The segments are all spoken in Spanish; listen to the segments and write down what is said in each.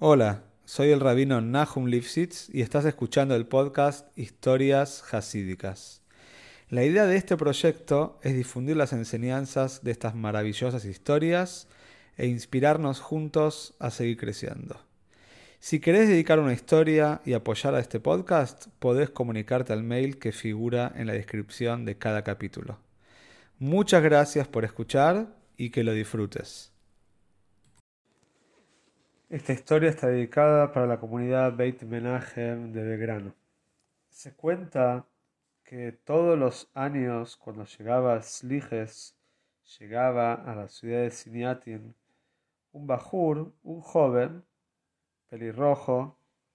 Hola, soy el rabino Nahum Lifshitz y estás escuchando el podcast Historias Hasídicas. La idea de este proyecto es difundir las enseñanzas de estas maravillosas historias e inspirarnos juntos a seguir creciendo. Si querés dedicar una historia y apoyar a este podcast, podés comunicarte al mail que figura en la descripción de cada capítulo. Muchas gracias por escuchar y que lo disfrutes. Esta historia está dedicada para la comunidad Beit Menachem de Belgrano. Se cuenta que todos los años, cuando llegaba Sliges, llegaba a la ciudad de Siniatin, un bajur, un joven, pelirrojo.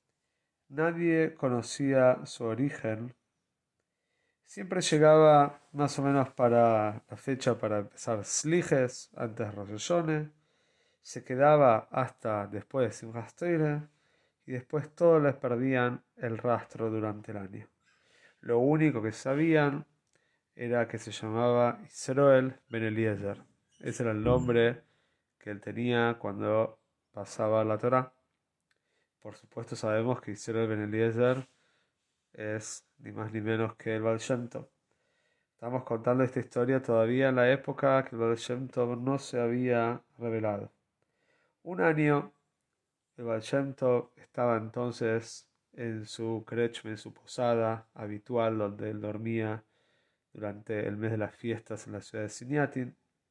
Nadie conocía su origen. Siempre llegaba más o menos para la fecha para empezar Sliges, antes de Rosh Hashanah. Se quedaba hasta después de Simchat Torah y después todos les perdían el rastro durante el año. Lo único que sabían era que se llamaba Israel Ben Eliezer. Ese era el nombre que él tenía cuando pasaba la Torá. Por supuesto sabemos que Israel Ben Eliezer es ni más ni menos que el Baal Shem Tov. Estamos contando esta historia todavía en la época que el Baal Shem Tov no se había revelado. Un año el Baal Shem Tov estaba entonces en su krechme, en su posada habitual donde él dormía durante el mes de las fiestas en la ciudad de Siniatin,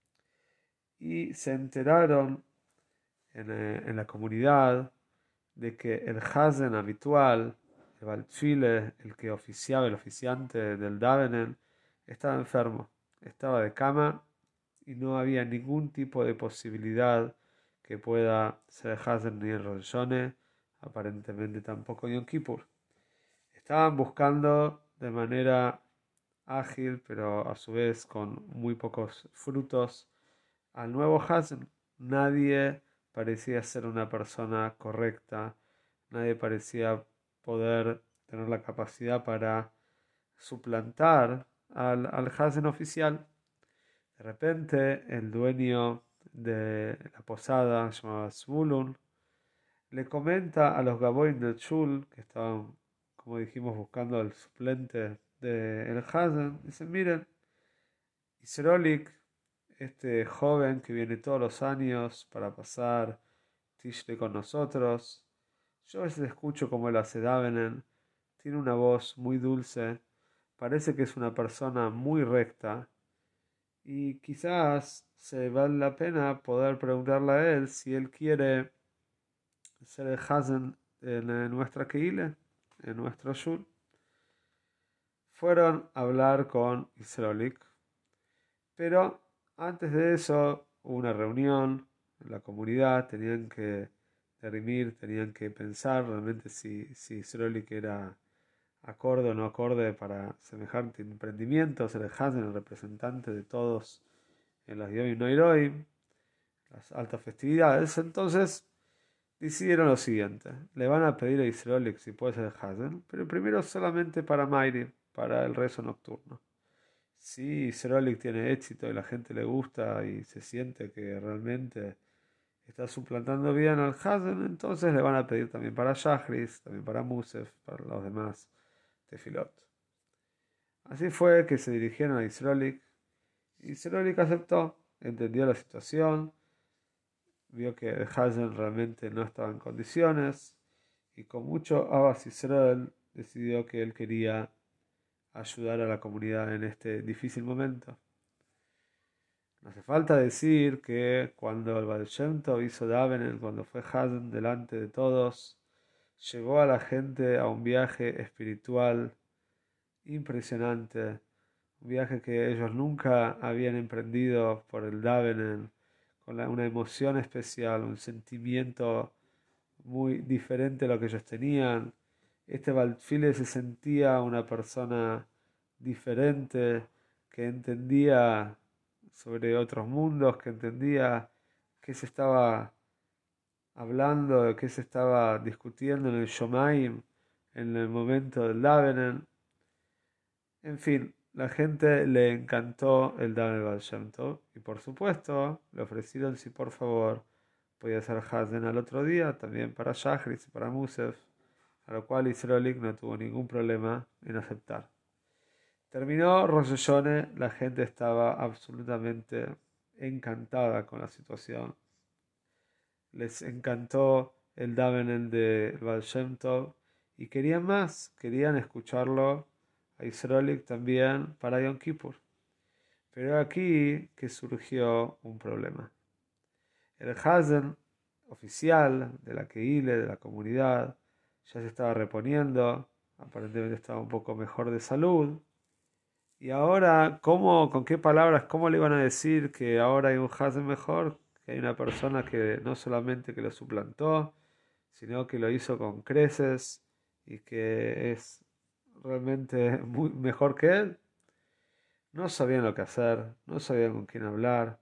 y se enteraron en la comunidad de que el Hazen habitual, el Baltfile, el que oficiaba, el oficiante del Davenen, estaba enfermo, estaba de cama y no había ningún tipo de posibilidad que pueda ser Hazen ni el Rosh Hashanah, aparentemente tampoco Yom Kippur. Estaban buscando de manera ágil, pero a su vez con muy pocos frutos, al nuevo Hazen. Nadie parecía ser una persona correcta, nadie parecía poder tener la capacidad para suplantar al Hazen oficial. De repente, el dueño de la posada, llamado Zvulun, le comenta a los Gaboim del Shul, que estaban, como dijimos, buscando al suplente del Hazen, dicen: miren, Isrolik, este joven que viene todos los años para pasar Tishre con nosotros, yo a veces escucho como él hace Davenen, tiene una voz muy dulce, parece que es una persona muy recta, y quizás se vale la pena poder preguntarle a él si él quiere ser el Hazen en nuestra Keile, en nuestro Shul. Fueron a hablar con Isrolik, pero antes de eso hubo una reunión en la comunidad, tenían que derimir, tenían que pensar realmente si Srolik era acorde o no acorde para semejante emprendimiento, ser el Hazen, el representante de todos en las Yom Noiroim, las altas festividades. Entonces decidieron lo siguiente: le van a pedir a Srolik si puede ser el Hazen, pero primero solamente para Mairi, para el rezo nocturno. Si Srolik tiene éxito y la gente le gusta y se siente que realmente está suplantando bien al Hazen, entonces le van a pedir también para Shahris, también para Musef, para los demás Tefilot. Así fue que se dirigieron a Isrolik y Isrolik aceptó, entendió la situación, vio que el Hazen realmente no estaba en condiciones y con mucho Abbas Israel decidió que él quería ayudar a la comunidad en este difícil momento. No hace falta decir que cuando el Baal Shem Tov hizo Davenen, cuando fue Hazen delante de todos, llevó a la gente a un viaje espiritual impresionante, un viaje que ellos nunca habían emprendido por el Davenen, con una emoción especial, un sentimiento muy diferente a lo que ellos tenían. Este Baltfile se sentía una persona diferente, que entendía sobre otros mundos, que entendía qué se estaba hablando, de qué se estaba discutiendo en el Shomaim, en el momento del Davenen. En fin, la gente le encantó el Daven Baal Shem Tov y por supuesto le ofrecieron si por favor podía ser Hazen al otro día, también para Shachris y para Musef, a lo cual Yisrolik no tuvo ningún problema en aceptar. Terminó Rosh Hashanah, la gente estaba absolutamente encantada con la situación. Les encantó el Davening de Baal Shem Tov y querían más, querían escucharlo a Yisrolik también para Yom Kippur. Pero aquí que surgió un problema. El Hazen oficial de la Keile, de la comunidad, ya se estaba reponiendo, aparentemente estaba un poco mejor de salud. Y ahora, ¿cómo, con qué palabras, cómo le iban a decir que ahora hay un Hazen mejor? Que hay una persona que no solamente que lo suplantó, sino que lo hizo con creces y que es realmente muy mejor que él. No sabían lo que hacer, no sabían con quién hablar,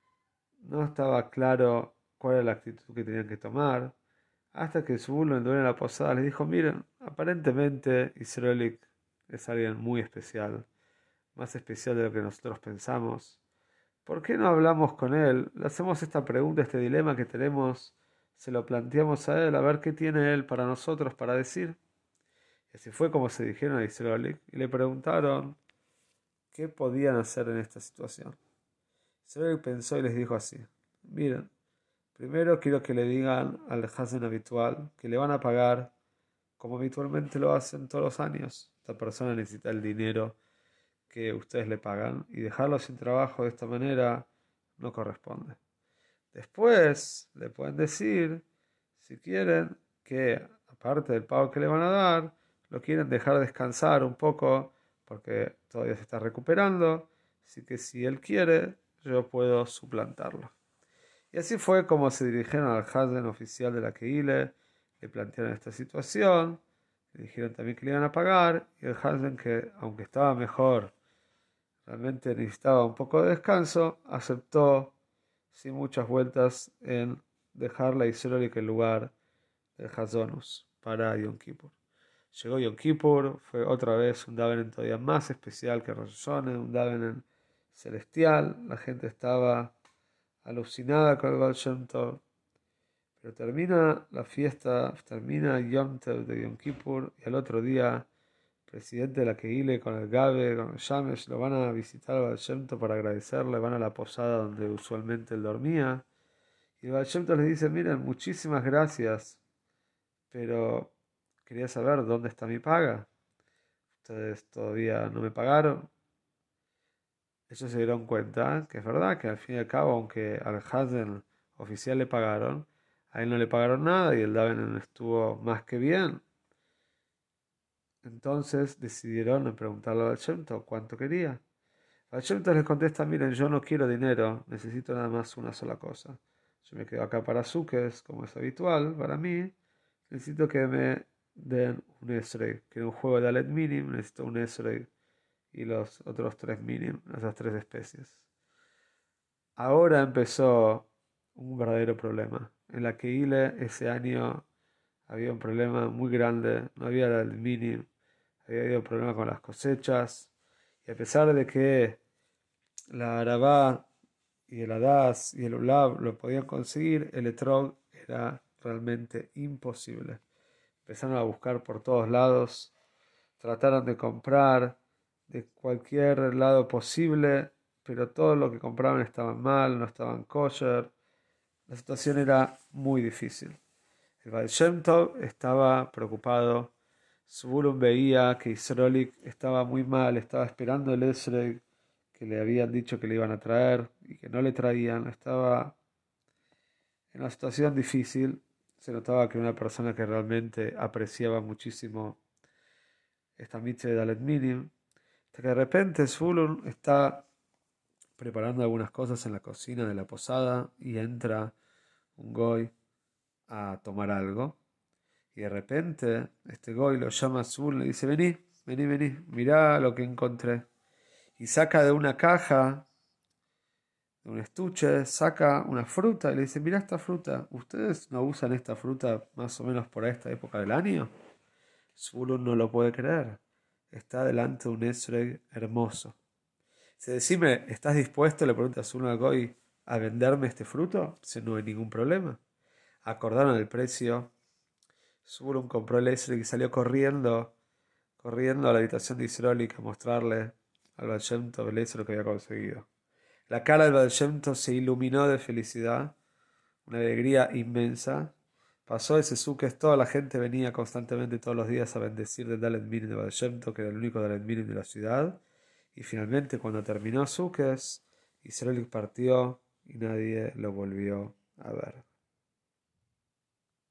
no estaba claro cuál era la actitud que tenían que tomar, hasta que Zebulun, el dueño de la posada, les dijo, miren, aparentemente Yisrolik es alguien muy especial, más especial de lo que nosotros pensamos. ¿Por qué no hablamos con él? Le hacemos esta pregunta, este dilema que tenemos, se lo planteamos a él, a ver qué tiene él para nosotros para decir. Y así fue como se dijeron a Yisrolik y le preguntaron qué podían hacer en esta situación. Yisrolik pensó y les dijo así, miren, primero quiero que le digan al Hazen habitual que le van a pagar como habitualmente lo hacen todos los años. Esta persona necesita el dinero que ustedes le pagan y dejarlo sin trabajo de esta manera no corresponde. Después le pueden decir, si quieren, que aparte del pago que le van a dar, lo quieren dejar descansar un poco porque todavía se está recuperando. Así que si él quiere, yo puedo suplantarlo. Y así fue como se dirigieron al Hazen oficial de la Keile, le plantearon esta situación, le dijeron también que le iban a pagar, y el Hazen, que aunque estaba mejor, realmente necesitaba un poco de descanso, aceptó sin muchas vueltas en dejarle a Yisroel el lugar del Hazonus para Yom Kippur. Llegó Yom Kippur, fue otra vez un Davenen todavía más especial que Rosh Hashanah, un Davenen celestial, la gente estaba alucinada con el Baal Shem Tov. Pero termina la fiesta, termina Yom Tov de Yom Kippur y al otro día el presidente de la Keile con el Gabe, con el Shamesh, lo van a visitar al Baal Shem Tov para agradecerle, van a la posada donde usualmente él dormía y el Baal Shem Tov les dice, miren, muchísimas gracias, pero quería saber dónde está mi paga. Ustedes todavía no me pagaron. Ellos se dieron cuenta que es verdad que al fin y al cabo, aunque al Hazen oficial le pagaron, a él no le pagaron nada y el Davenen estuvo más que bien. Entonces decidieron preguntarle al Shem Tov cuánto quería. Al Shem Tov les contesta, miren, yo no quiero dinero, necesito nada más una sola cosa. Yo me quedo acá para Sukkot, como es habitual para mí. Necesito que me den un Esrei, que en un juego de Alet Minim necesito un Esrei y los otros tres Minim, esas tres especies. Ahora empezó un verdadero problema. En la Keile ese año había un problema muy grande, no había el mínimo, había habido problema con las cosechas, y a pesar de que la Arabá y el Hadas y el Ulab lo podían conseguir, el Etrog era realmente imposible. Empezaron a buscar por todos lados, trataron de comprar de cualquier lado posible, pero todo lo que compraban estaba mal, no estaban kosher. La situación era muy difícil. El Baal Shem Tov estaba preocupado. Zebulun veía que Yisrolik estaba muy mal, estaba esperando el Esrei que le habían dicho que le iban a traer y que no le traían. Estaba en una situación difícil. Se notaba que era una persona que realmente apreciaba muchísimo esta mitzvah de Dalet Minim. Hasta que de repente Zebulun está preparando algunas cosas en la cocina de la posada y entra un goy a tomar algo. Y de repente este goy lo llama a Zebulun y le dice, vení, vení, vení, mirá lo que encontré. Y saca de una caja, de un estuche, saca una fruta y le dice, mirá esta fruta, ¿ustedes no usan esta fruta más o menos por esta época del año? Zebulun no lo puede creer. Está delante de un esrog hermoso. Dice, decime, ¿estás dispuesto? Le pregunta Zebulun al goy a venderme este fruto? Si no hay ningún problema. Acordaron el precio. Zebulun compró el Esrog y salió corriendo a la habitación de Yisrolik a mostrarle al Baal Shem Tov el Esrog que había conseguido. La cara del Baal Shem Tov se iluminó de felicidad, una alegría inmensa. Pasó ese Sukkot, toda la gente venía constantemente todos los días a bendecir del Dalet Minim de Baal Shem Tov, que era el único Dalet Minim de la ciudad. Y finalmente, cuando terminó Sukkot, Yisrolik partió y nadie lo volvió a ver.